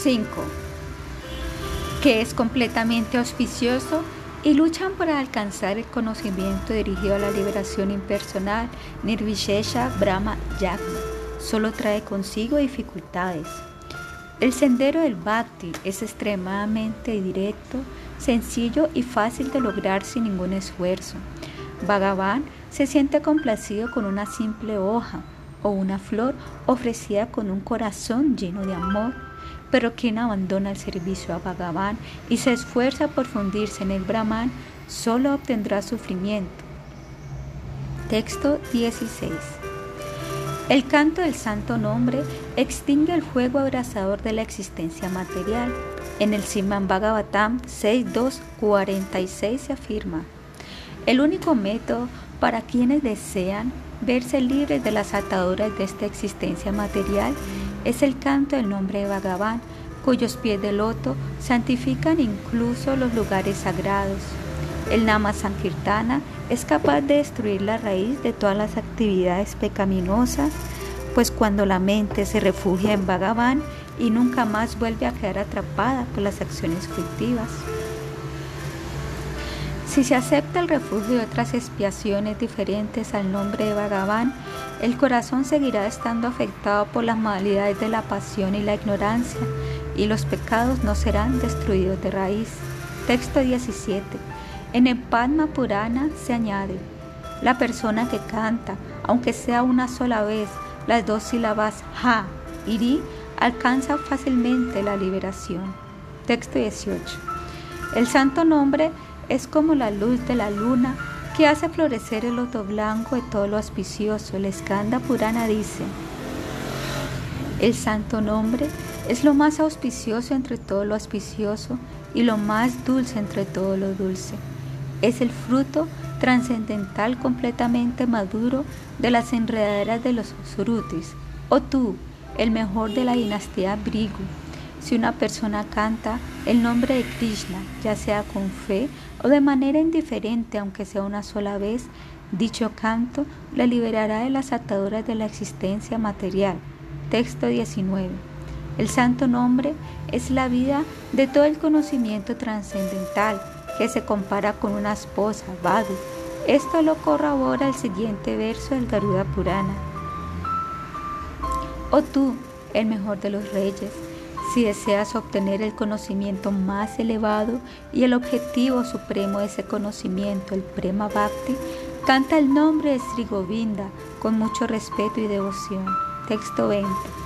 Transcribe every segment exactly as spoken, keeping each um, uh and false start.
cinco. Que es completamente auspicioso y luchan por alcanzar el conocimiento dirigido a la liberación impersonal. Nirvishesha Brahma Yagna solo trae consigo dificultades. El sendero del Bhakti es extremadamente directo, sencillo y fácil de lograr sin ningún esfuerzo. Bhagavan se siente complacido con una simple hoja o una flor ofrecida con un corazón lleno de amor. Pero quien abandona el servicio a Bhagavan y se esfuerza por fundirse en el Brahman, solo obtendrá sufrimiento. Texto dieciséis. El canto del santo nombre extingue el fuego abrasador de la existencia material. En el Srimad Bhagavatam seis punto dos cuarenta y seis se afirma: el único método para quienes desean verse libres de las ataduras de esta existencia material es el canto del nombre de Bhagavan, cuyos pies de loto santifican incluso los lugares sagrados. El Nama Sankirtana es capaz de destruir la raíz de todas las actividades pecaminosas, pues cuando la mente se refugia en Bhagavan y nunca más vuelve a quedar atrapada por las acciones fictivas. Si se acepta el refugio de otras expiaciones diferentes al nombre de Bhagavan, el corazón seguirá estando afectado por las modalidades de la pasión y la ignorancia, y los pecados no serán destruidos de raíz. Texto diecisiete. En el Padma Purana se añade: la persona que canta, aunque sea una sola vez, las dos sílabas Ha y Ri, alcanza fácilmente la liberación. Texto dieciocho. El santo nombre es como la luz de la luna que hace florecer el loto blanco de todo lo auspicioso. El Skanda Purana dice: el santo nombre es lo más auspicioso entre todo lo auspicioso y lo más dulce entre todo lo dulce. Es el fruto trascendental completamente maduro de las enredaderas de los Surutis. O tú, el mejor de la dinastía Brigu. Si una persona canta el nombre de Krishna, ya sea con fe o de manera indiferente, aunque sea una sola vez, dicho canto la liberará de las ataduras de la existencia material. Texto diecinueve. El santo nombre es la vida de todo el conocimiento trascendental, que se compara con una esposa, Vadu. Esto lo corrobora el siguiente verso del Garuda Purana. Oh tú, el mejor de los reyes, si deseas obtener el conocimiento más elevado y el objetivo supremo de ese conocimiento, el Prema Bhakti, canta el nombre de Sri Govinda con mucho respeto y devoción. Texto veinte.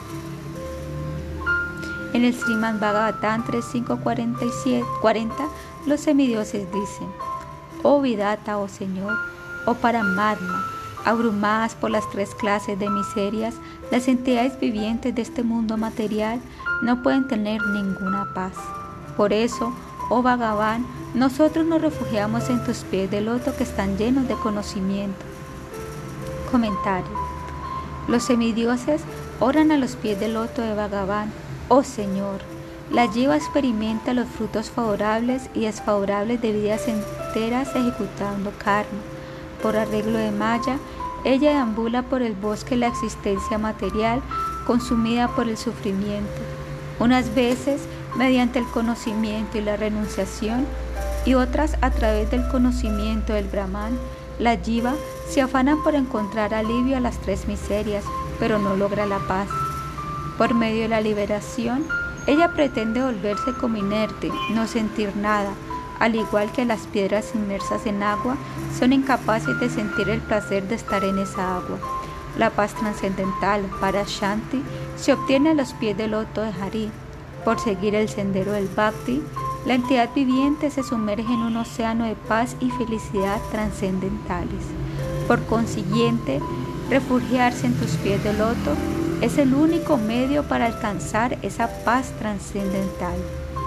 En el Srimad Bhagavatam tres punto cinco cuarenta y siete, cuarenta, los semidioses dicen: oh Vidata, oh Señor, oh Paramatma, abrumadas por las tres clases de miserias, las entidades vivientes de este mundo material no pueden tener ninguna paz. Por eso, oh Bhagavan, nosotros nos refugiamos en tus pies de loto que están llenos de conocimiento. Comentario. Los semidioses oran a los pies del loto de Bhagavan: oh Señor, la Jiva experimenta los frutos favorables y desfavorables de vidas enteras ejecutando karma. Por arreglo de Maya, ella deambula por el bosque de la existencia material, consumida por el sufrimiento. Unas veces mediante el conocimiento y la renunciación, y otras a través del conocimiento del Brahman, la Jiva se afana por encontrar alivio a las tres miserias, pero no logra la paz. Por medio de la liberación, ella pretende volverse como inerte, no sentir nada, al igual que las piedras inmersas en agua son incapaces de sentir el placer de estar en esa agua. La paz trascendental, para Shanti, se obtiene a los pies del loto de Hari. Por seguir el sendero del Bhakti, la entidad viviente se sumerge en un océano de paz y felicidad trascendentales. Por consiguiente, refugiarse en tus pies de loto es el único medio para alcanzar esa paz trascendental.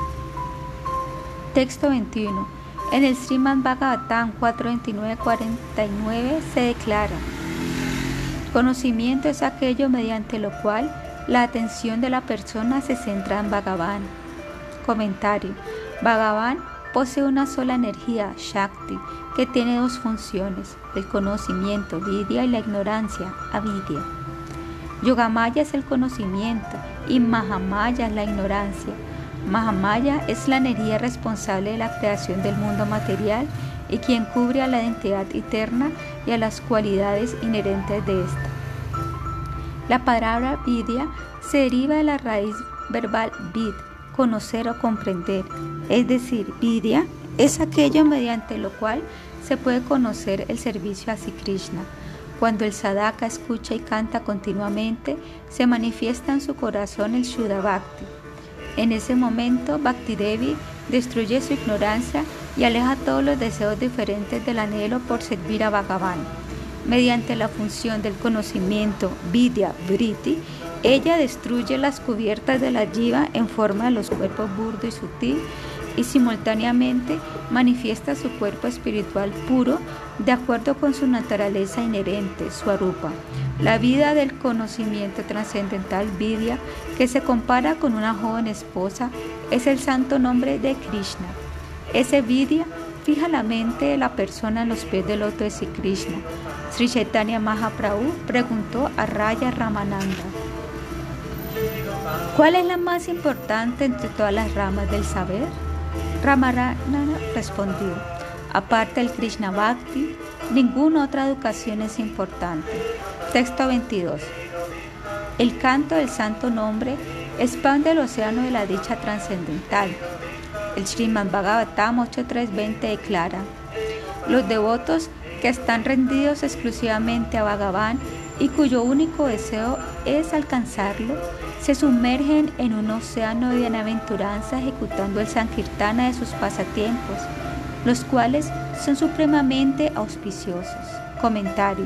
Texto veintiuno. En el Srimad Bhagavatam cuatro veintinueve cuarenta y nueve se declara: conocimiento es aquello mediante lo cual la atención de la persona se centra en Bhagavan. Comentario. Bhagavan posee una sola energía, Shakti, que tiene dos funciones: el conocimiento, Vidya, y la ignorancia, Avidya. Yogamaya es el conocimiento y Mahamaya es la ignorancia. Mahamaya es la energía responsable de la creación del mundo material y quien cubre a la identidad eterna y a las cualidades inherentes de esta. La palabra vidya se deriva de la raíz verbal vid, conocer o comprender, es decir, vidya es aquello mediante lo cual se puede conocer el servicio a Sri Krishna. Cuando el sadhaka escucha y canta continuamente, se manifiesta en su corazón el Shuddha Bhakti. En ese momento, Bhakti Devi destruye su ignorancia y aleja todos los deseos diferentes del anhelo por servir a Bhagavan. Mediante la función del conocimiento vidya vritti, ella destruye las cubiertas de la jiva en forma de los cuerpos burdo y sutil y simultáneamente manifiesta su cuerpo espiritual puro de acuerdo con su naturaleza inherente, swarupa. La vida del conocimiento trascendental vidya, que se compara con una joven esposa, es el santo nombre de Krishna. Ese vidya fija la mente de la persona en los pies del loto de Sri Krishna. Sri Chaitanya Mahaprabhu preguntó a Raya Ramananda: ¿cuál es la más importante entre todas las ramas del saber? Ramananda respondió: aparte del Krishna Bhakti, ninguna otra educación es importante. Texto veintidós. El canto del santo nombre expande el océano de la dicha trascendental. El Srimad Bhagavatam ocho tres veinte declara: los devotos que están rendidos exclusivamente a Bhagavan y cuyo único deseo es alcanzarlo, se sumergen en un océano de bienaventuranza ejecutando el Sankirtana de sus pasatiempos, los cuales son supremamente auspiciosos. Comentario.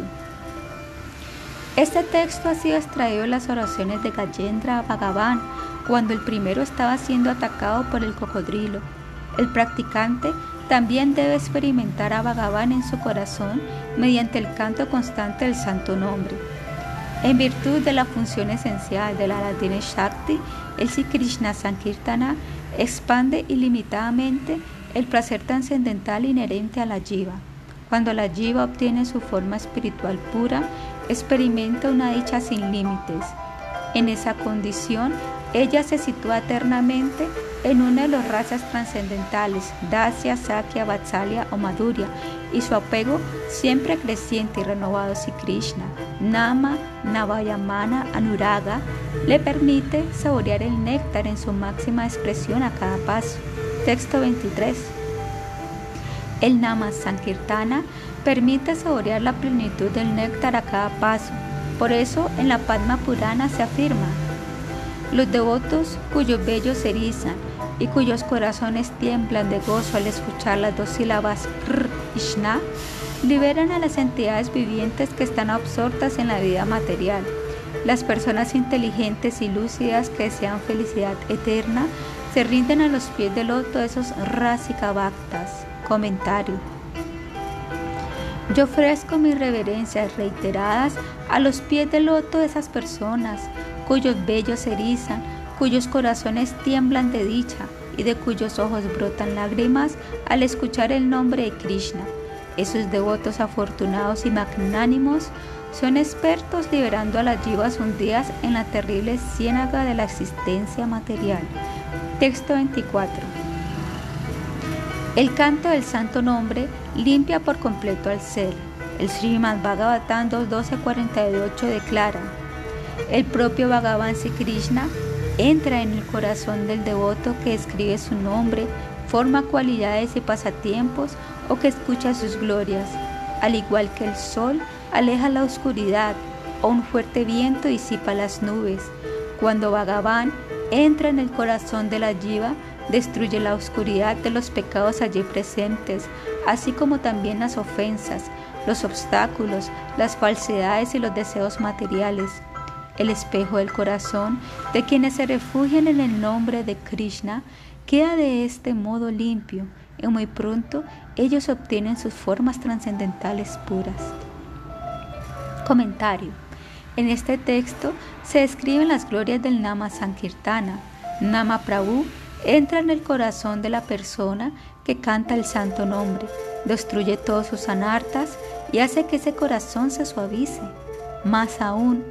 Este texto ha sido extraído de las oraciones de Gajendra a Bhagavan cuando el primero estaba siendo atacado por el cocodrilo. El practicante también debe experimentar a Bhagavan en su corazón mediante el canto constante del santo nombre. En virtud de la función esencial de la Aradhana Shakti, el Sri Krishna Sankirtana expande ilimitadamente el placer trascendental inherente a la jiva. Cuando la jiva obtiene su forma espiritual pura, experimenta una dicha sin límites. En esa condición, ella se sitúa eternamente en una de las razas trascendentales, Dasya, Sakya, Vatsalya o Madhurya, y su apego siempre creciente y renovado Sri Krishna, Nama, Navayamana, Anuraga, le permite saborear el néctar en su máxima expresión a cada paso. Texto veintitrés. El Nama Sankirtana permite saborear la plenitud del néctar a cada paso. Por eso, en la Padma Purana se afirma: los devotos cuyos vellos se erizan y cuyos corazones tiemblan de gozo al escuchar las dos sílabas Pr y Shna, liberan a las entidades vivientes que están absortas en la vida material. Las personas inteligentes y lúcidas que desean felicidad eterna se rinden a los pies del loto de esos Rasika Bhaktas. Comentario. Yo ofrezco mis reverencias reiteradas a los pies del loto de esas personas cuyos vellos se erizan, cuyos corazones tiemblan de dicha y de cuyos ojos brotan lágrimas al escuchar el nombre de Krishna. Esos devotos afortunados y magnánimos son expertos liberando a las jivas hundidas en la terrible ciénaga de la existencia material. Texto veinticuatro. El canto del santo nombre limpia por completo al ser. El Srimad Bhagavatam dos doce cuarenta y ocho declara: el propio Bhagavan Sri Krishna entra en el corazón del devoto que escribe su nombre, forma cualidades y pasatiempos o que escucha sus glorias. Al igual que el sol aleja la oscuridad o un fuerte viento disipa las nubes, cuando Bhagavan entra en el corazón de la jiva, destruye la oscuridad de los pecados allí presentes, así como también las ofensas, los obstáculos, las falsedades y los deseos materiales. El espejo del corazón de quienes se refugian en el nombre de Krishna queda de este modo limpio y muy pronto ellos obtienen sus formas trascendentales puras. Comentario. En este texto se describen las glorias del Nama Sankirtana. Nama Prabhu entra en el corazón de la persona que canta el santo nombre, destruye todos sus anartas y hace que ese corazón se suavice. Más aún,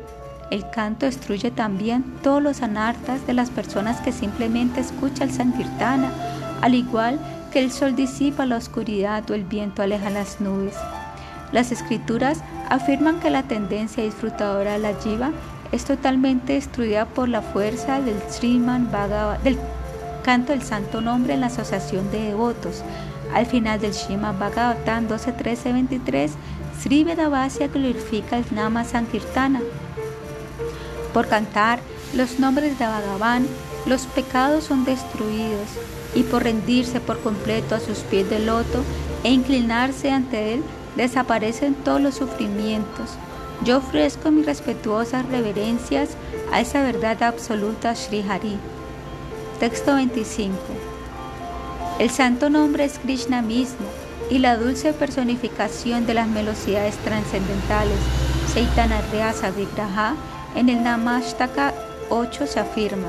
El canto destruye también todos los anartas de las personas que simplemente escuchan el Sankirtana, al igual que el sol disipa la oscuridad o el viento aleja las nubes. Las escrituras afirman que la tendencia disfrutadora de la jiva es totalmente destruida por la fuerza del Srimad Bhagavatam, del canto del santo nombre en la asociación de devotos. Al final del Srimad Bhagavatam doce trece veintitrés, Sri Vedavasya glorifica el Nama Sankirtana. Por cantar los nombres de Bhagavan, los pecados son destruidos, y por rendirse por completo a sus pies de loto e inclinarse ante él, desaparecen todos los sufrimientos. Yo ofrezco mis respetuosas reverencias a esa verdad absoluta Sri Hari. Texto veinticinco. El santo nombre es Krishna mismo y la dulce personificación de las velocidades trascendentales. Chaitanya Rasa Vigraha. En el Namashtaka ocho se afirma: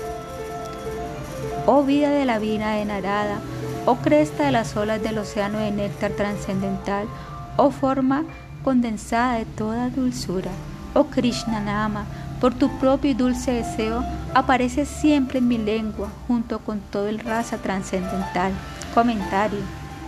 oh vida de la vina de Narada, oh cresta de las olas del océano de néctar trascendental, oh forma condensada de toda dulzura, oh Krishna Nama, por tu propio y dulce deseo, apareces siempre en mi lengua, junto con todo el rasa trascendental. Comentario.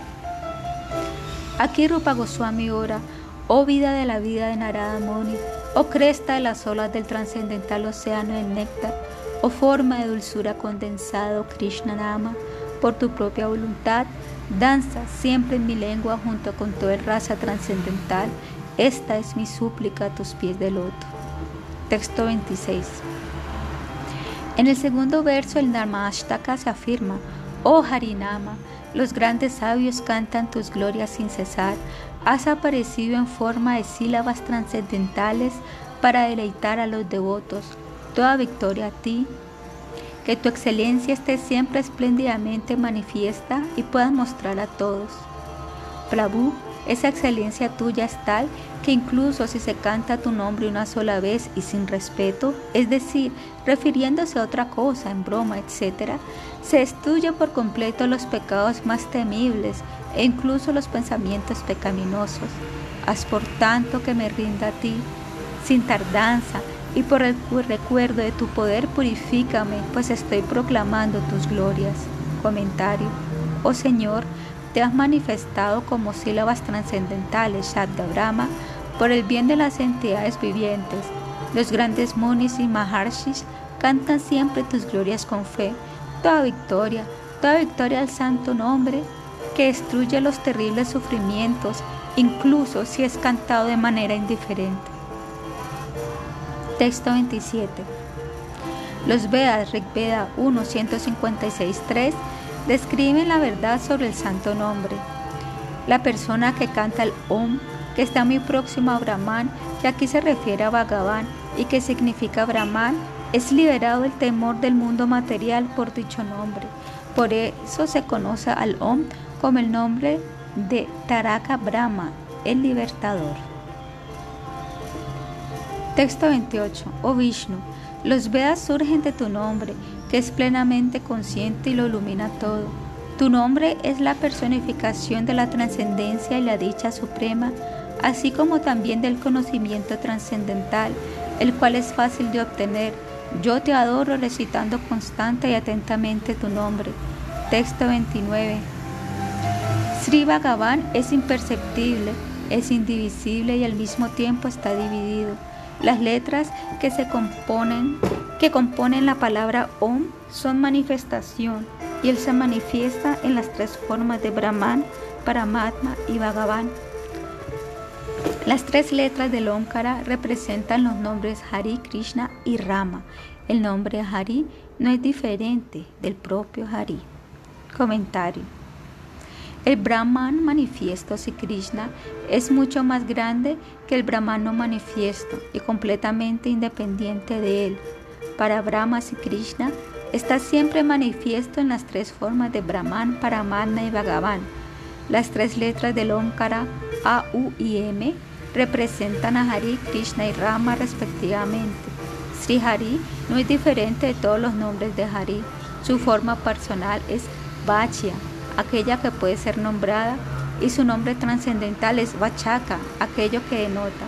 Aquí Rupa Goswami ora: oh vida de la vida de Narada Muni, oh cresta de las olas del trascendental océano del néctar, oh forma de dulzura condensada, oh Krishna Nama, por tu propia voluntad, danza siempre en mi lengua junto con todo el rasa trascendental. Esta es mi súplica a tus pies de loto. Texto veintiséis. En el segundo verso del Namashtaka se afirma: oh Harinama, los grandes sabios cantan tus glorias sin cesar. Has aparecido en forma de sílabas trascendentales para deleitar a los devotos. Toda victoria a ti. Que tu excelencia esté siempre espléndidamente manifiesta y puedas mostrar a todos. Prabhu, esa excelencia tuya es tal que incluso si se canta tu nombre una sola vez y sin respeto, es decir, refiriéndose a otra cosa, en broma, etcétera, se destruye por completo los pecados más temibles e incluso los pensamientos pecaminosos. Haz por tanto que me rinda a ti, sin tardanza, y por el recuerdo de tu poder purifícame, pues estoy proclamando tus glorias. Comentario. Oh Señor, te has manifestado como sílabas trascendentales, Shabda Brahma, por el bien de las entidades vivientes. Los grandes munis y maharshis cantan siempre tus glorias con fe. Toda victoria, toda victoria al santo nombre, que destruye los terribles sufrimientos, incluso si es cantado de manera indiferente. Texto veintisiete. Los Vedas, Rig Veda uno, ciento cincuenta y seis, tres, describen la verdad sobre el santo nombre. La persona que canta el Om, que está muy próximo a Brahman, que aquí se refiere a Bhagavan y que significa Brahman, es liberado del temor del mundo material por dicho nombre. Por eso se conoce al Om como el nombre de Taraka Brahma, el libertador. Texto veintiocho. Oh Vishnu, los Vedas surgen de tu nombre, que es plenamente consciente y lo ilumina todo. Tu nombre es la personificación de la trascendencia y la dicha suprema, así como también del conocimiento trascendental, el cual es fácil de obtener. Yo te adoro recitando constante y atentamente tu nombre. Texto veintinueve. Sri Bhagavan es imperceptible, es indivisible y al mismo tiempo está dividido. Las letras que se componen, que componen la palabra Om son manifestación, y él se manifiesta en las tres formas de Brahman, Paramatma y Bhagavan. Las tres letras del Omkara representan los nombres Hari, Krishna y Rama. El nombre Hari no es diferente del propio Hari. Comentario. El Brahman manifiesto Sri Krishna es mucho más grande que el Brahman no manifiesto y completamente independiente de él. Para Brahma Sri Krishna está siempre manifiesto en las tres formas de Brahman, Paramatma y Bhagavan. Las tres letras del Omkara, A, U y M, representan a Hari, Krishna y Rama respectivamente. Sri Hari no es diferente de todos los nombres de Hari. Su forma personal es Vachya, aquella que puede ser nombrada, y su nombre trascendental es Vachaka, aquello que denota.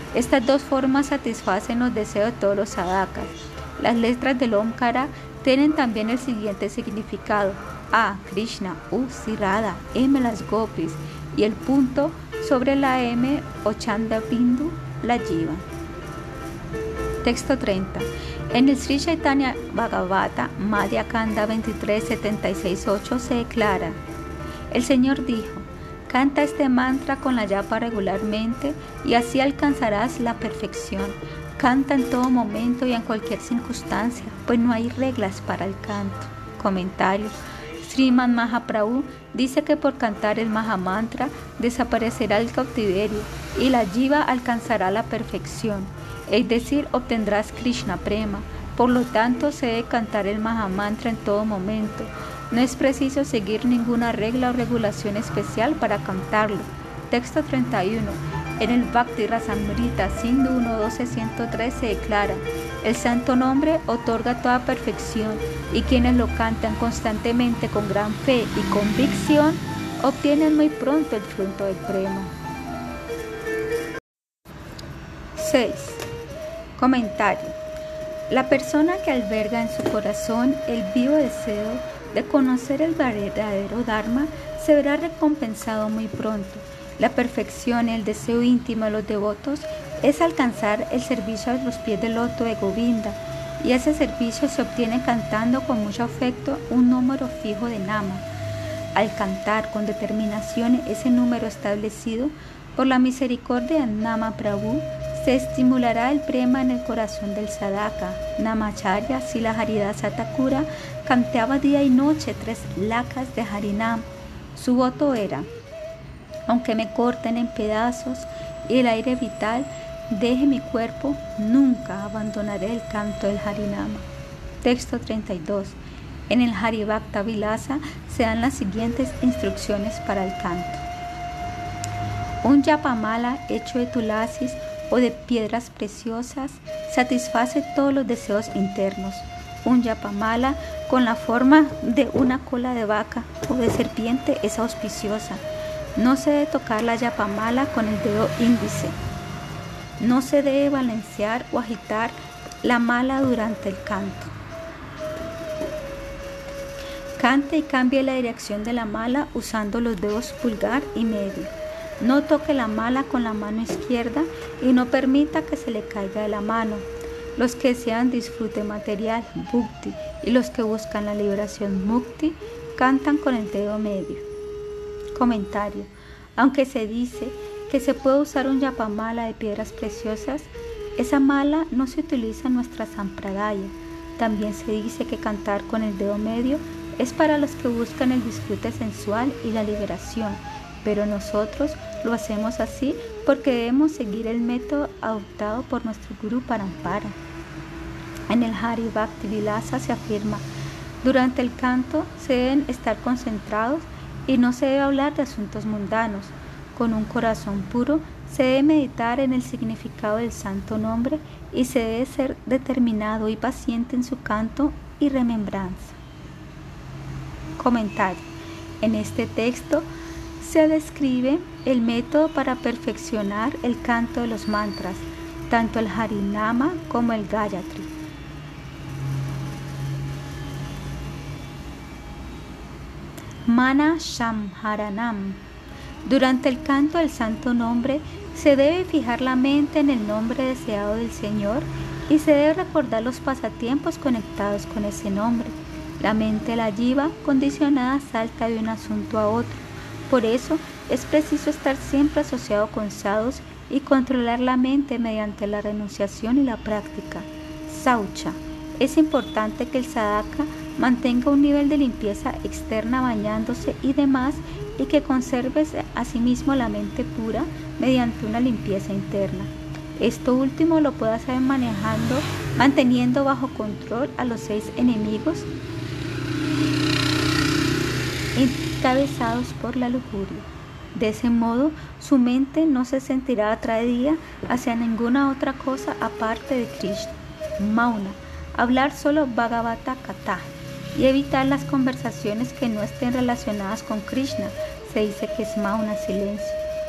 Estas dos formas satisfacen los deseos de todos los sadhakas. Las letras del Omkara tienen también el siguiente significado: A, Krishna, U, Radha, M, las gopis, y el punto sobre la M o Chanda Bindu, la Jiva. Texto treinta. En el Sri Chaitanya Bhagavata, Madhya Kanda veintitrés, setenta y seis, ocho se declara: el Señor dijo, canta este mantra con la yapa regularmente y así alcanzarás la perfección. Canta en todo momento y en cualquier circunstancia, pues no hay reglas para el canto. Comentario. Srimad Mahaprabhu dice que por cantar el Mahamantra desaparecerá el cautiverio y la jiva alcanzará la perfección, es decir, obtendrás Krishna Prema. Por lo tanto, se debe cantar el Mahamantra en todo momento. No es preciso seguir ninguna regla o regulación especial para cantarlo. Texto treinta y uno. En el Bhakti Rasamrita Sindhu uno doce ciento tres se declara: el santo nombre otorga toda perfección y quienes lo cantan constantemente con gran fe y convicción obtienen muy pronto el fruto del prema. seis. Comentario. La persona que alberga en su corazón el vivo deseo de conocer el verdadero Dharma se verá recompensado muy pronto. La perfección y el deseo íntimo de los devotos es alcanzar el servicio a los pies del loto de Govinda, y ese servicio se obtiene cantando con mucho afecto un número fijo de nama. Al cantar con determinación ese número establecido por la misericordia de Nama Prabhu, se estimulará el prema en el corazón del sadhaka. Namacharya Sila Haridasa Thakura cantaba día y noche tres lakas de Harinam. Su voto era: aunque me corten en pedazos y el aire vital deje mi cuerpo, nunca abandonaré el canto del Harinama. Texto treinta y dos. En el Haribhakta Vilasa se dan las siguientes instrucciones para el canto. Un yapamala hecho de tulasis o de piedras preciosas satisface todos los deseos internos. Un yapamala con la forma de una cola de vaca o de serpiente es auspiciosa. No se debe tocar la yapamala con el dedo índice. No se debe balancear o agitar la mala durante el canto. Cante y cambie la dirección de la mala usando los dedos pulgar y medio. No toque la mala con la mano izquierda y no permita que se le caiga de la mano. Los que desean disfrute material, bhukti, y los que buscan la liberación, mukti, cantan con el dedo medio. Comentario. Aunque se dice que se puede usar un yapamala de piedras preciosas, esa mala no se utiliza en nuestra sampradaya. También se dice que cantar con el dedo medio es para los que buscan el disfrute sensual y la liberación, pero nosotros lo hacemos así porque debemos seguir el método adoptado por nuestro Guru Parampara. En el Hari Bhakti Vilasa se afirma: durante el canto se deben estar concentrados y no se debe hablar de asuntos mundanos. Con un corazón puro se debe meditar en el significado del santo nombre y se debe ser determinado y paciente en su canto y remembranza. Comentario. En este texto se describe el método para perfeccionar el canto de los mantras, tanto el Harinama como el Gayatri. Mana Shamharanam. Durante el canto del santo nombre se debe fijar la mente en el nombre deseado del Señor y se debe recordar los pasatiempos conectados con ese nombre. La mente de la jiva condicionada salta de un asunto a otro. Por eso es preciso estar siempre asociado con sadhus y controlar la mente mediante la renunciación y la práctica. Saucha. Es importante que el sadhaka mantenga un nivel de limpieza externa bañándose y demás, y que conserve asimismo la mente pura mediante una limpieza interna. Esto último lo puede hacer manejando, manteniendo bajo control a los seis enemigos encabezados por la lujuria. De ese modo, su mente no se sentirá atraída hacia ninguna otra cosa aparte de Krishna. Mauna. Hablar solo Bhagavata Katha y evitar las conversaciones que no estén relacionadas con Krishna. Se dice que es Mauna, silencio.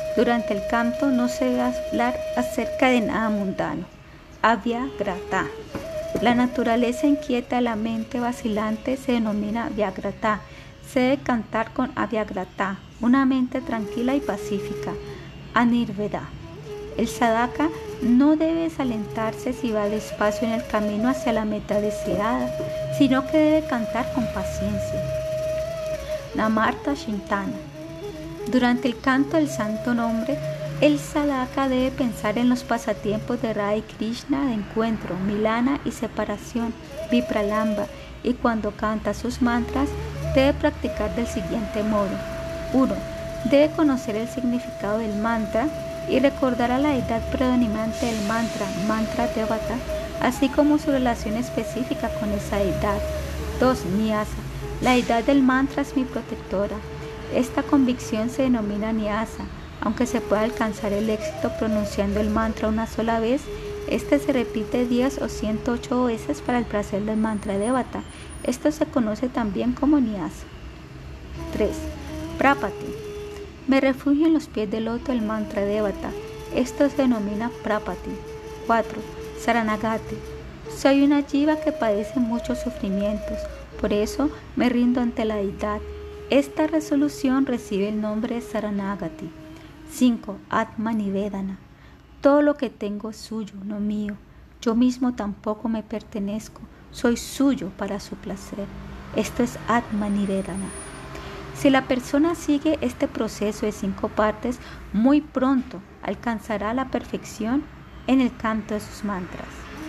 Durante el canto no se debe hablar acerca de nada mundano. Avyagrata. La naturaleza inquieta de la mente vacilante se denomina Vyagrata. Se debe cantar con Avyagrata, una mente tranquila y pacífica. Anirveda. El sadhaka no debe desalentarse si va despacio en el camino hacia la meta deseada, sino que debe cantar con paciencia. Namarta Shintana. Durante el canto del santo nombre, el sadhaka debe pensar en los pasatiempos de Radha y Krishna de encuentro, milana y separación, vipralamba, y cuando canta sus mantras, debe practicar del siguiente modo. uno. Debe conocer el significado del mantra y recordar a la deidad predominante del mantra, mantra devata, así como su relación específica con esa deidad. dos. Nyasa. La deidad del mantra es mi protectora. Esta convicción se denomina nyasa. Aunque se pueda alcanzar el éxito pronunciando el mantra una sola vez, este se repite diez o ciento ocho veces para el placer del mantra devata. Esto se conoce también como nyasa. tres. Prapati. Me refugio en los pies del loto del mantra devata. Esto se denomina Prapati. cuatro. Saranagati. Soy una jiva que padece muchos sufrimientos, por eso me rindo ante la deidad. Esta resolución recibe el nombre de Saranagati. cinco. Atma Nivedana. Todo lo que tengo es suyo, no mío. Yo mismo tampoco me pertenezco. Soy suyo para su placer. Esto es Atma Nivedana. Si la persona sigue este proceso de cinco partes, muy pronto alcanzará la perfección en el canto de sus mantras.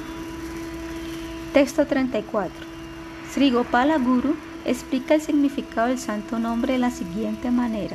Texto treinta y cuatro. Sri Gopala Guru explica el significado del santo nombre de la siguiente manera.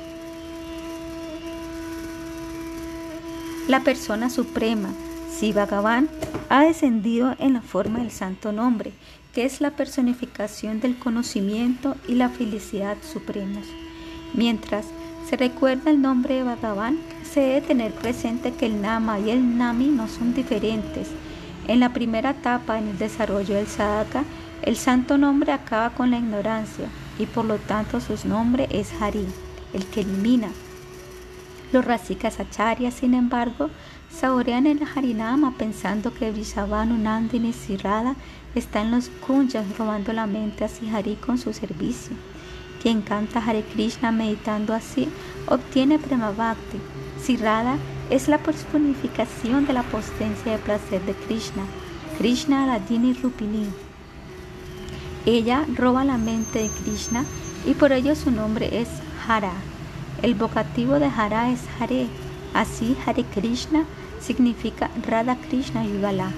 La persona suprema, Sri Bhagavan, ha descendido en la forma del santo nombre, que es la personificación del conocimiento y la felicidad supremos. Mientras se recuerda el nombre de Bhagavan, se debe tener presente que el Nama y el Nami no son diferentes. En la primera etapa en el desarrollo del sadhaka, el santo nombre acaba con la ignorancia y por lo tanto su nombre es Hari, el que elimina. Los Rasikas Acharyas, sin embargo, saborean el Harinama pensando que Vrishabhanu, Nandini y Radha están en los kunjas robando la mente a Srihari con su servicio. Quien canta Hare Krishna meditando así obtiene Prema Bhakti. Sri Radha es la personificación de la potencia de placer de Krishna, Krishna Radhini Rupini. Ella roba la mente de Krishna y por ello su nombre es Hara. El vocativo de Hara es Hare, así Hare Krishna significa Radha Krishna Yugala.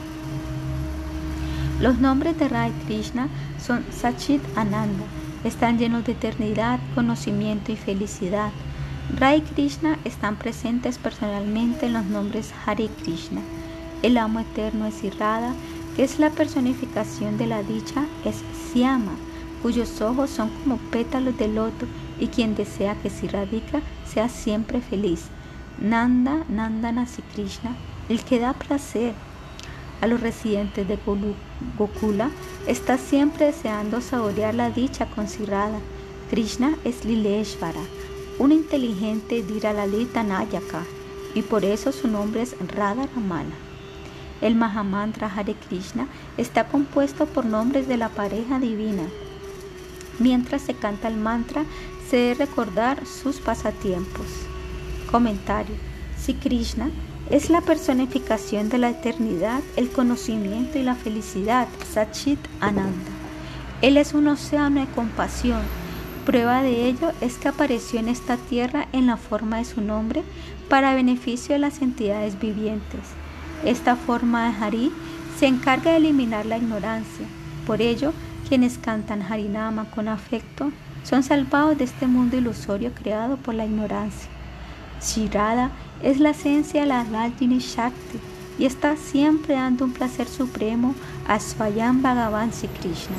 Los nombres de Radha y Krishna son Sachit Ananda, están llenos de eternidad, conocimiento y felicidad. Radha y Krishna están presentes personalmente en los nombres Hare Krishna. El amo eterno es Sri Radha, que es la personificación de la dicha, es Syama, cuyos ojos son como pétalos de loto y quien desea que Sri Radhika sea siempre feliz. Nanda, Nandana Sri Krishna, el que da placer a los residentes de Gokula, está siempre deseando saborear la dicha con Sri Radha. Krishna es Lileshvara, un inteligente Dhira Lalita Nayaka, y por eso su nombre es Radha Ramana. El Mahamantra Hare Krishna está compuesto por nombres de la pareja divina. Mientras se canta el mantra, se debe recordar sus pasatiempos. Comentario. Si Krishna es la personificación de la eternidad, el conocimiento y la felicidad, Sachit Ananda. Él es un océano de compasión. Prueba de ello es que apareció en esta tierra en la forma de su nombre para beneficio de las entidades vivientes. Esta forma de Hari se encarga de eliminar la ignorancia. Por ello, quienes cantan Harinama con afecto son salvados de este mundo ilusorio creado por la ignorancia. Sri Radha es la esencia de la Rajini Shakti y está siempre dando un placer supremo a Swayam Bhagavan Sri Krishna.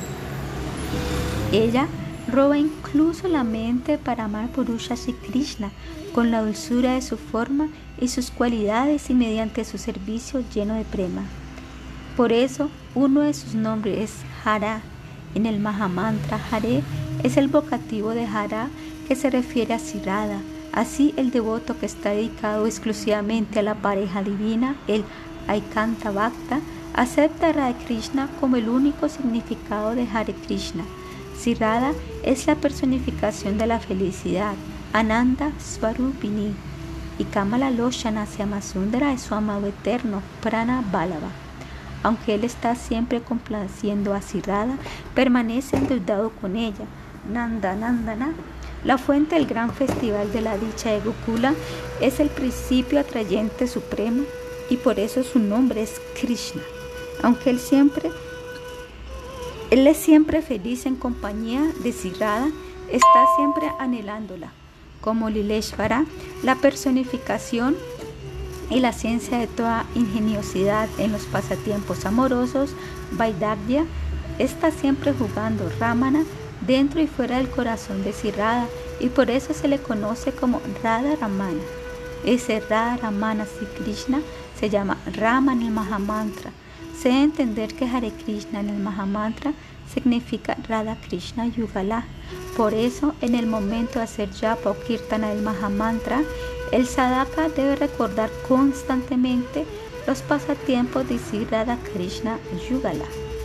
Ella roba incluso la mente para amar Purusha Sri Krishna con la dulzura de su forma y sus cualidades y mediante su servicio lleno de prema. Por eso, uno de sus nombres es Hara. En el Mahamantra Hare es el vocativo de Hara que se refiere a Sri Radha. Así, el devoto que está dedicado exclusivamente a la pareja divina, el Aikanta Bhakta, acepta a Radha Krishna como el único significado de Hare Krishna. Si Radha es la personificación de la felicidad, Ananda Swarupini, y Kamala Lochana Syamasundara es su amado eterno, Prana Vallabha. Aunque él está siempre complaciendo a Sri Radha, permanece endeudado con ella. Nanda Nandana, la fuente del gran festival de la dicha de Gokula, es el principio atrayente supremo y por eso su nombre es Krishna. Aunque él siempre, él es siempre feliz en compañía de Sri Radha, está siempre anhelándola. Como Lileshvara, la personificación y la ciencia de toda ingeniosidad en los pasatiempos amorosos, Vaidagya, está siempre jugando Ramana dentro y fuera del corazón de Sri Radha, y por eso se le conoce como Radha Ramana. Ese Radha Ramana Sri Krishna se llama Rama en el Mahamantra. Se debe entender que Hare Krishna en el Mahamantra significa Radha Krishna Yugala. Por eso, en el momento de hacer japa o kirtana del Mahamantra, el sadhaka debe recordar constantemente los pasatiempos de Sri Radha Krishna Yugala.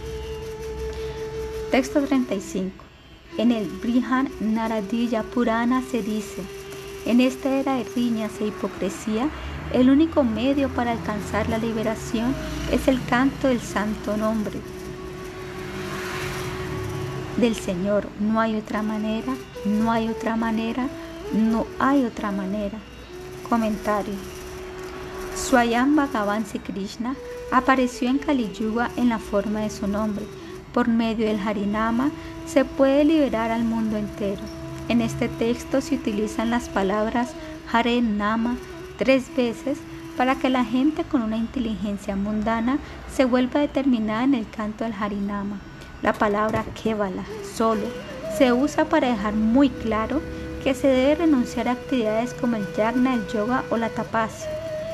Texto treinta y cinco. En el Brihan Naradiya Purana se dice: en esta era de riñas e hipocresía, el único medio para alcanzar la liberación es el canto del santo nombre del Señor. No hay otra manera, no hay otra manera, no hay otra manera. Comentario. Swayam Bhagavan Sri Krishna apareció en Kali Yuga en la forma de su nombre. Por medio del Harinama se puede liberar al mundo entero. En este texto se utilizan las palabras Hare Nama tres veces para que la gente con una inteligencia mundana se vuelva determinada en el canto del Harinama. La palabra Kevala, solo, se usa para dejar muy claro que se debe renunciar a actividades como el yagna, el yoga o la tapasya.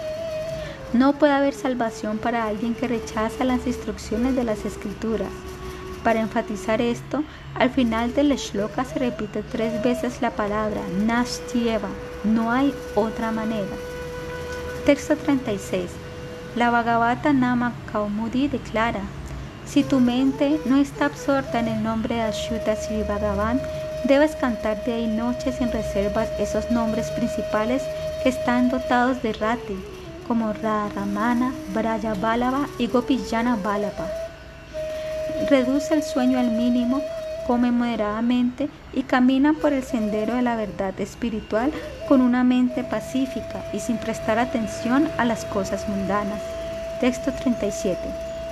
No puede haber salvación para alguien que rechaza las instrucciones de las escrituras. Para enfatizar esto, al final del shloka se repite tres veces la palabra Nastyeva, no hay otra manera. Texto treinta y seis. La Bhagavata Nama Kaumudi declara: si tu mente no está absorta en el nombre de Achyuta Sri Bhagavan, debes cantar día y noche sin reservas esos nombres principales que están dotados de rati, como Radha Ramana, Braja Vallabha y Gopijana Vallabha. Reduce el sueño al mínimo, come moderadamente y camina por el sendero de la verdad espiritual con una mente pacífica y sin prestar atención a las cosas mundanas. Texto treinta y siete.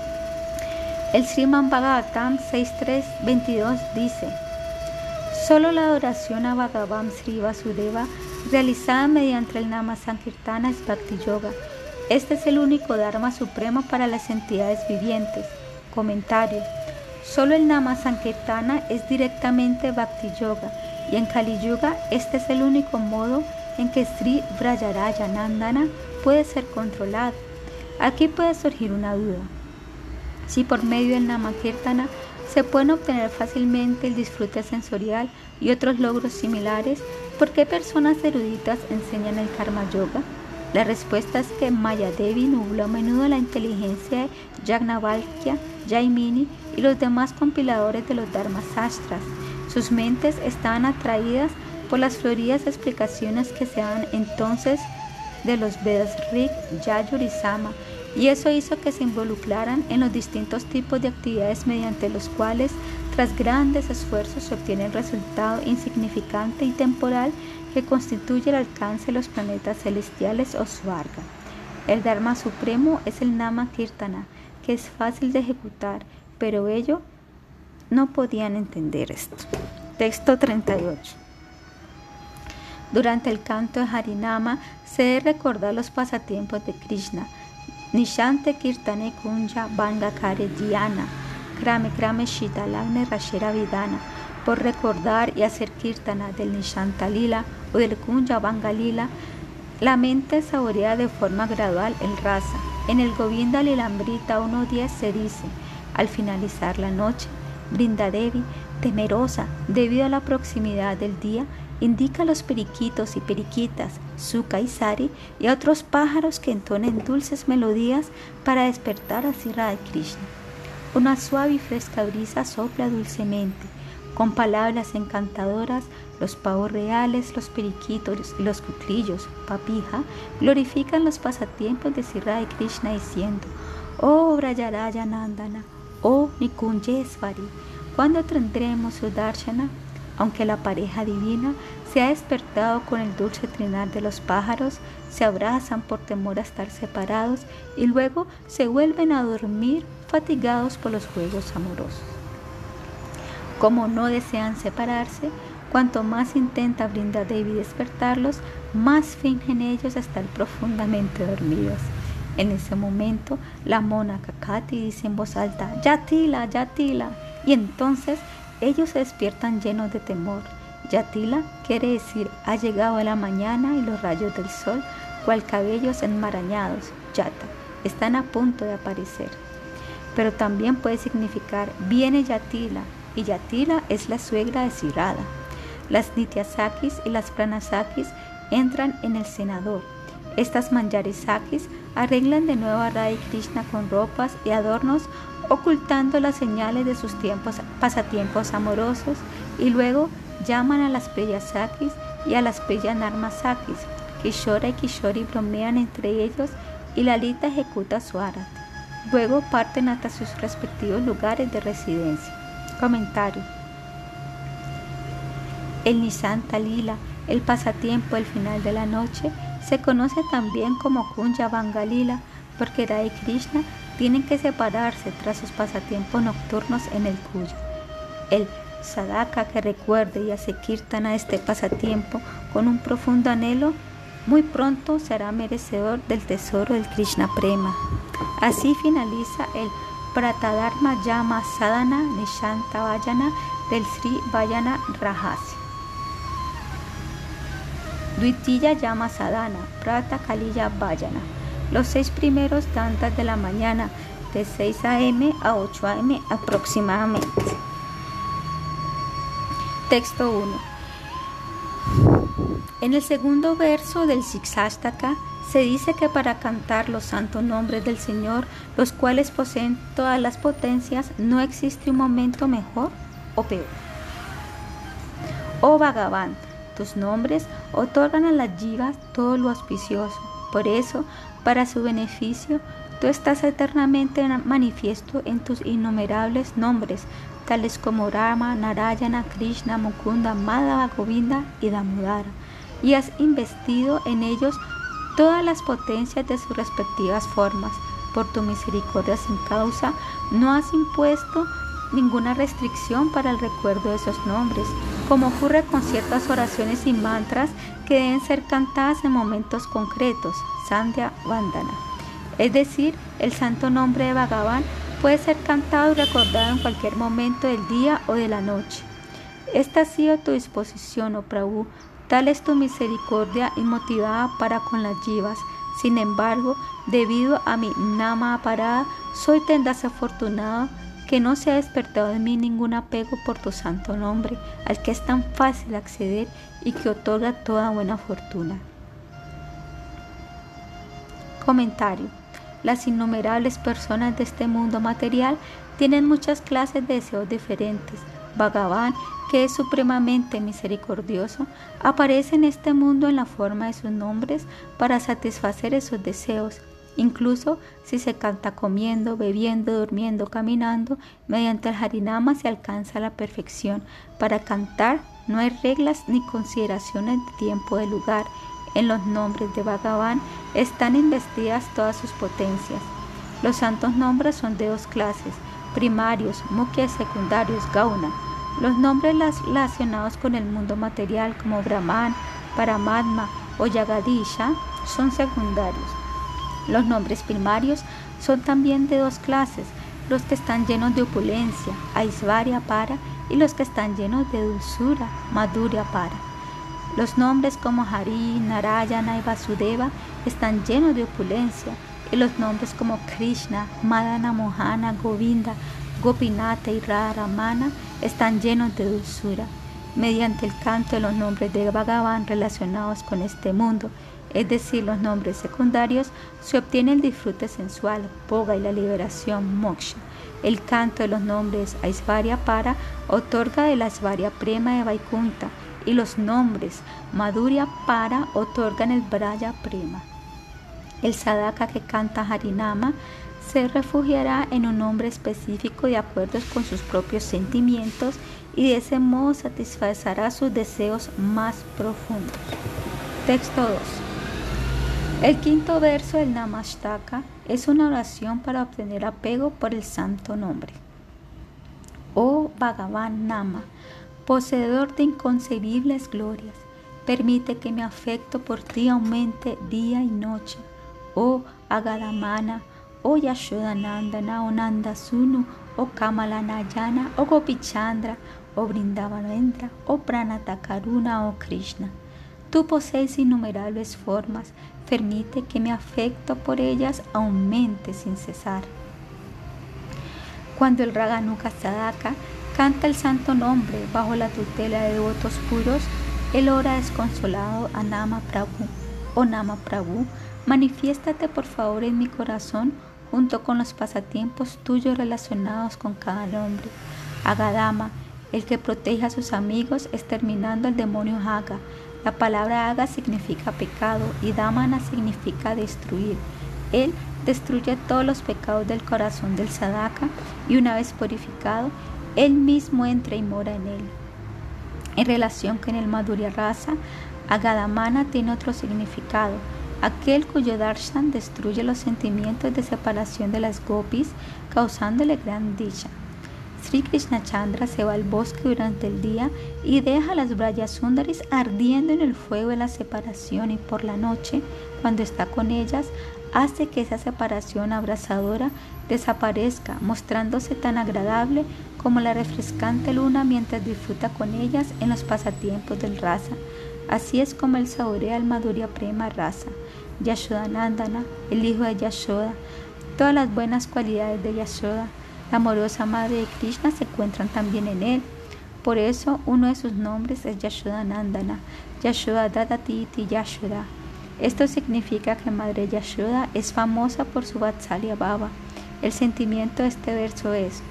El Srimad Bhagavatam seis tres veintidós dice: solo la adoración a Bhagavan Sri Vasudeva realizada mediante el Nama Sankirtana es Bhakti Yoga. Este es el único Dharma supremo para las entidades vivientes. Comentario. Solo el Nama Sankirtana es directamente Bhakti Yoga, y en Kali Yuga este es el único modo en que Sri Vrajaraya Nandana puede ser controlado. Aquí puede surgir una duda. Si por medio del Nama Kirtana se pueden obtener fácilmente el disfrute sensorial y otros logros similares, ¿por qué personas eruditas enseñan el Karma Yoga? La respuesta es que Mayadevi nubló a menudo la inteligencia de Yagnavalkya, Jaimini y los demás compiladores de los Dharma Sastras. Sus mentes estaban atraídas por las floridas explicaciones que se daban entonces de los Vedas Rig, Yajur y Sama, y eso hizo que se involucraran en los distintos tipos de actividades mediante los cuales, tras grandes esfuerzos, se obtiene el resultado insignificante y temporal que constituye el alcance de los planetas celestiales o Svarga. El Dharma supremo es el Nama Kirtana, que es fácil de ejecutar, pero ellos no podían entender esto. Texto treinta y ocho. Durante el canto de Harinama se debe recordar los pasatiempos de Krishna. Nishante Kirtane Kunja Vanga Kare Dhyana, Krame Krame Shitalagne Rashera Vidana. Por recordar y hacer Kirtana del Nishanta Lila o del Kunja Vanga Lila, la mente saborea de forma gradual el rasa. En el Govinda Lilamrita uno diez se dice: al finalizar la noche, Brindadevi, temerosa debido a la proximidad del día, indica a los periquitos y periquitas, Suka y Sari, y a otros pájaros que entonen dulces melodías para despertar a Sri Radha Krishna. Una suave y fresca brisa sopla dulcemente. Con palabras encantadoras, los pavos reales, los periquitos y los cuclillos, papija, glorifican los pasatiempos de Sri Radha Krishna diciendo: «Oh Vrajaraya Nandana, oh Nikunjeswari, ¿cuándo tendremos su darshana?». Aunque la pareja divina se ha despertado con el dulce trinar de los pájaros, se abrazan por temor a estar separados y luego se vuelven a dormir fatigados por los juegos amorosos. Como no desean separarse, cuanto más intenta Brindadevi despertarlos, más fingen ellos estar profundamente dormidos. En ese momento, la mona Kakati dice en voz alta: «Yatila, Yatila», y entonces ellos se despiertan llenos de temor. Yatila quiere decir ha llegado la mañana y los rayos del sol, cual cabellos enmarañados, Yata, están a punto de aparecer. Pero también puede significar viene Yatila, y Yatila es la suegra de Sri Radha. Las Nityasakis y las Pranasakis entran en el cenador. Estas Manjarisakis arreglan de nuevo a Radha y Krishna con ropas y adornos, ocultando las señales de sus tiempos, pasatiempos amorosos, y luego llaman a las Priyasakis y a las Priyanarmasakis. Kishora y Kishori bromean entre ellos y Lalita ejecuta su arati. Luego parten hasta sus respectivos lugares de residencia. Comentario. El Nisanta Lila, el pasatiempo del final de la noche, se conoce también como Kunja Banga Lila, porque Radha y Krishna tienen que separarse tras sus pasatiempos nocturnos en el Kuya. El sadhaka que recuerde y hace kirtana este pasatiempo con un profundo anhelo, muy pronto será merecedor del tesoro del Krishna Prema. Así finaliza el Pratadharma Yama Sadhana Nishanta Vayana del Sri Vayana Rahasya. Dvitiya Yama Sadhana Prata Kaliya Vayana. Los seis primeros tantas de la mañana, de seis a eme a ocho a eme aproximadamente. Texto uno. En el segundo verso del Shikshashtaka se dice que para cantar los santos nombres del Señor, los cuales poseen todas las potencias, no existe un momento mejor o peor. Oh Bhagavan, tus nombres otorgan a las jivas todo lo auspicioso. Por eso, para su beneficio, tú estás eternamente manifiesto en tus innumerables nombres, tales como Rama, Narayana, Krishna, Mukunda, Madhava, Govinda y Damodara, y has investido en ellos todas las potencias de sus respectivas formas. Por tu misericordia sin causa, no has impuesto ninguna restricción para el recuerdo de esos nombres, como ocurre con ciertas oraciones y mantras que deben ser cantadas en momentos concretos, Sandhya Vandana. Es decir, el santo nombre de Bhagavan puede ser cantado y recordado en cualquier momento del día o de la noche. Esta ha sido tu disposición, oh Prabhu, tal es tu misericordia inmotivada para con las jivas. Sin embargo, debido a mi nama aparada, soy tan desafortunado que no se ha despertado en mí ningún apego por tu santo nombre, al que es tan fácil acceder y que otorga toda buena fortuna. Comentario. Las innumerables personas de este mundo material tienen muchas clases de deseos diferentes. Bhagavan, que es supremamente misericordioso, aparece en este mundo en la forma de sus nombres para satisfacer esos deseos. Incluso si se canta comiendo, bebiendo, durmiendo, caminando, mediante el Harinama se alcanza la perfección. Para cantar no hay reglas ni consideraciones de tiempo o de lugar. En los nombres de Bhagavan están investidas todas sus potencias. Los santos nombres son de dos clases, primarios, mukhya y secundarios, gauna. Los nombres relacionados con el mundo material como Brahman, Paramatma o Yagadisha son secundarios. Los nombres primarios son también de dos clases, los que están llenos de opulencia, Aishvarya Para, y los que están llenos de dulzura, Madhurya Para. Los nombres como Hari, Narayana y Vasudeva están llenos de opulencia, y los nombres como Krishna, Madana Mohana, Govinda, Gopinata y Radha Ramana están llenos de dulzura. mediante el canto de los nombres de Bhagavan relacionados con este mundo, es decir, los nombres secundarios, se obtiene el disfrute sensual, bhoga y la liberación, moksha. El canto de los nombres Aishvarya Para otorga el Aishvarya Prema de Vaikunta, y los nombres Madhurya Para otorgan el Braya Prema. El sadhaka que canta Harinama se refugiará en un nombre específico de acuerdo con sus propios sentimientos y de ese modo satisfacerá sus deseos más profundos. Texto dos. El quinto verso del Namashtaka es una oración para obtener apego por el santo nombre. Oh Bhagavan Nama, poseedor de inconcebibles glorias, permite que mi afecto por ti aumente día y noche. Oh Agadamana, oh Yashodanandana, oh Nandasunu, oh Kamalanayana, oh Gopichandra, oh Brindavanendra, oh Pranatakaruna, oh Krishna. Tú posees innumerables formas, permite que mi afecto por ellas aumente sin cesar. Cuando el Raganuga Sadhaka canta el santo nombre bajo la tutela de devotos puros, él ora desconsolado a Nama Prabhu. Oh Nama Prabhu, manifiéstate por favor en mi corazón junto con los pasatiempos tuyos relacionados con cada nombre. Agadama, el que protege a sus amigos exterminando al demonio Aga. La palabra Aga significa pecado y Damana significa destruir. Él destruye todos los pecados del corazón del sadhaka y una vez purificado, él mismo entra y mora en él. En relación con el Madhurya Rasa, Agadamana tiene otro significado, aquel cuyo darshan destruye los sentimientos de separación de las gopis, causándole gran dicha. Sri Krishna Chandra se va al bosque durante el día y deja a las Brajasundaris ardiendo en el fuego de la separación, y por la noche, cuando está con ellas, hace que esa separación abrasadora desaparezca, mostrándose tan agradable como la refrescante luna mientras disfruta con ellas en los pasatiempos del rasa. Así es como él saborea el Madhurya Prema Rasa. Yashodanandana, el hijo de Yashoda, todas las buenas cualidades de Yashoda, la amorosa madre de Krishna, se encuentran también en él. Por eso uno de sus nombres es Yashodanandana, Yashoda Dadatiti Yashoda. Esto significa que Madre Yashoda es famosa por su Vatsalya Bhava. El sentimiento de este verso es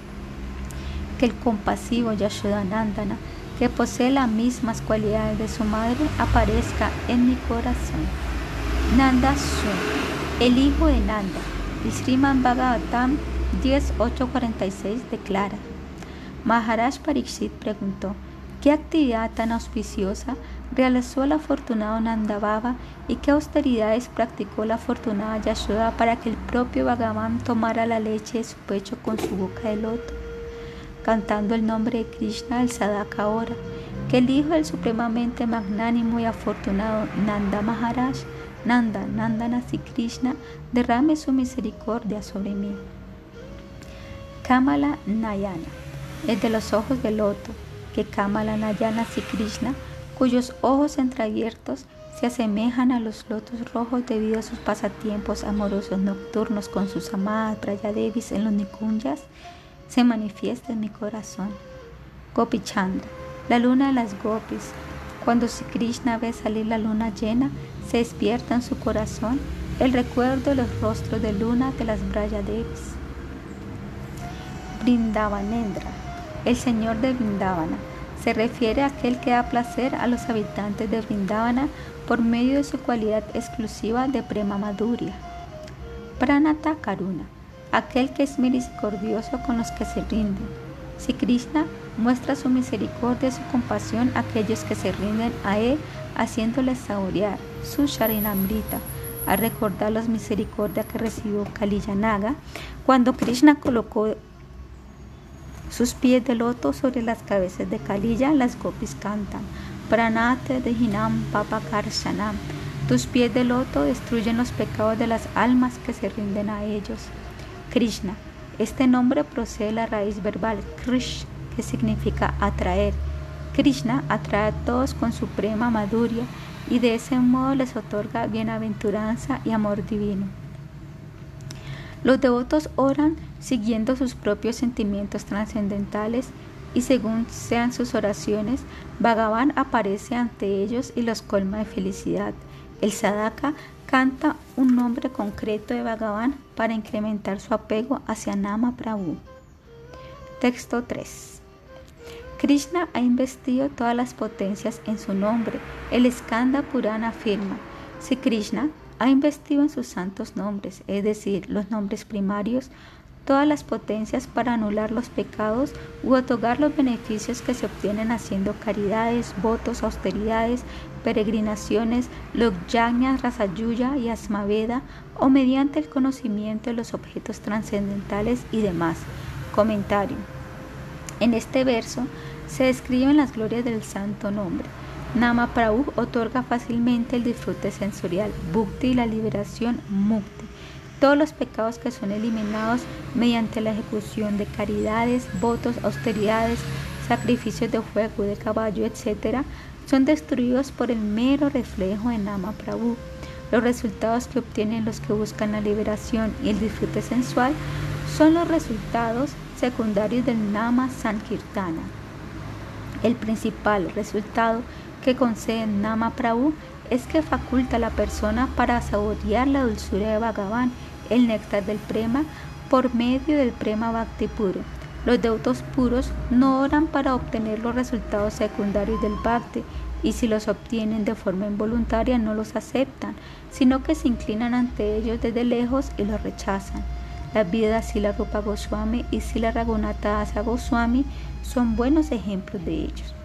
que el compasivo Yashodanandana, que posee las mismas cualidades de su madre, aparezca en mi corazón. Nanda Sun, el hijo de Nanda. El Srimad Bhagavatam diez ocho cuarenta y seis declara: Maharaj Parikshit preguntó, ¿qué actividad tan auspiciosa realizó el afortunado Nanda Baba y qué austeridades practicó la afortunada Yashoda para que el propio Bhagavan tomara la leche de su pecho con su boca de loto? Cantando el nombre de Krishna, el sadhaka ora, que el hijo del supremamente magnánimo y afortunado Nanda Maharaj, Nanda, Nandana Sri Krishna, derrame su misericordia sobre mí. Kamala Nayana, el de los ojos de loto, que Kamala Nayana Sri Krishna, cuyos ojos entreabiertos se asemejan a los lotos rojos debido a sus pasatiempos amorosos nocturnos con sus amadas Brayadevis en los Nikunjas, se manifiesta en mi corazón. Gopi Chandra, la luna de las gopis. Cuando Sri Krishna ve salir la luna llena, se despierta en su corazón el recuerdo de los rostros de luna de las Brayadevis. Brindavanendra, el señor de Vrindavana, se refiere a aquel que da placer a los habitantes de Vrindavana por medio de su cualidad exclusiva de Prema Madhurya. Pranata Karuna, aquel que es misericordioso con los que se rinden. Si Krishna muestra su misericordia y su compasión a aquellos que se rinden a él, haciéndoles saborear su Sharinamrita, a recordar la misericordia que recibió Kaliyanaga cuando Krishna colocó sus pies de loto sobre las cabezas de Kaliya. Las gopis cantan Pranate de Hinam Papakarshanam. Tus pies de loto destruyen los pecados de las almas que se rinden a ellos. Krishna, este nombre procede de la raíz verbal Krish, que significa atraer. Krishna atrae a todos con su prema Madhurya y de ese modo les otorga bienaventuranza y amor divino. Los devotos oran siguiendo sus propios sentimientos trascendentales y según sean sus oraciones, Bhagavan aparece ante ellos y los colma de felicidad. El sadhaka canta un nombre concreto de Bhagavan para incrementar su apego hacia Nama Prabhu. Texto tres. Krishna ha investido todas las potencias en su nombre. El Skanda Purana afirma: si Krishna ha investido en sus santos nombres, es decir, los nombres primarios, todas las potencias para anular los pecados u otorgar los beneficios que se obtienen haciendo caridades, votos, austeridades, peregrinaciones, logyagnas, rasayuya y asmaveda, o mediante el conocimiento de los objetos trascendentales y demás. Comentario. En este verso se describen las glorias del santo nombre. Nama Prabhu otorga fácilmente el disfrute sensorial, bhukti y la liberación, mukti. Todos los pecados que son eliminados mediante la ejecución de caridades, votos, austeridades, sacrificios de fuego, de caballo, etcétera, son destruidos por el mero reflejo de Nama Prabhu. Los resultados que obtienen los que buscan la liberación y el disfrute sensual son los resultados secundarios del Nama Sankirtana. El principal resultado que concede Nama Prabhu es que faculta a la persona para saborear la dulzura de Bhagavan, el néctar del prema, por medio del prema bhakti puro. Los devotos puros no oran para obtener los resultados secundarios del bhakti, y si los obtienen de forma involuntaria no los aceptan, sino que se inclinan ante ellos desde lejos y los rechazan. Las vidas Srila Rupa Goswami y Srila Raghunatha Dasa Goswami son buenos ejemplos de ellos.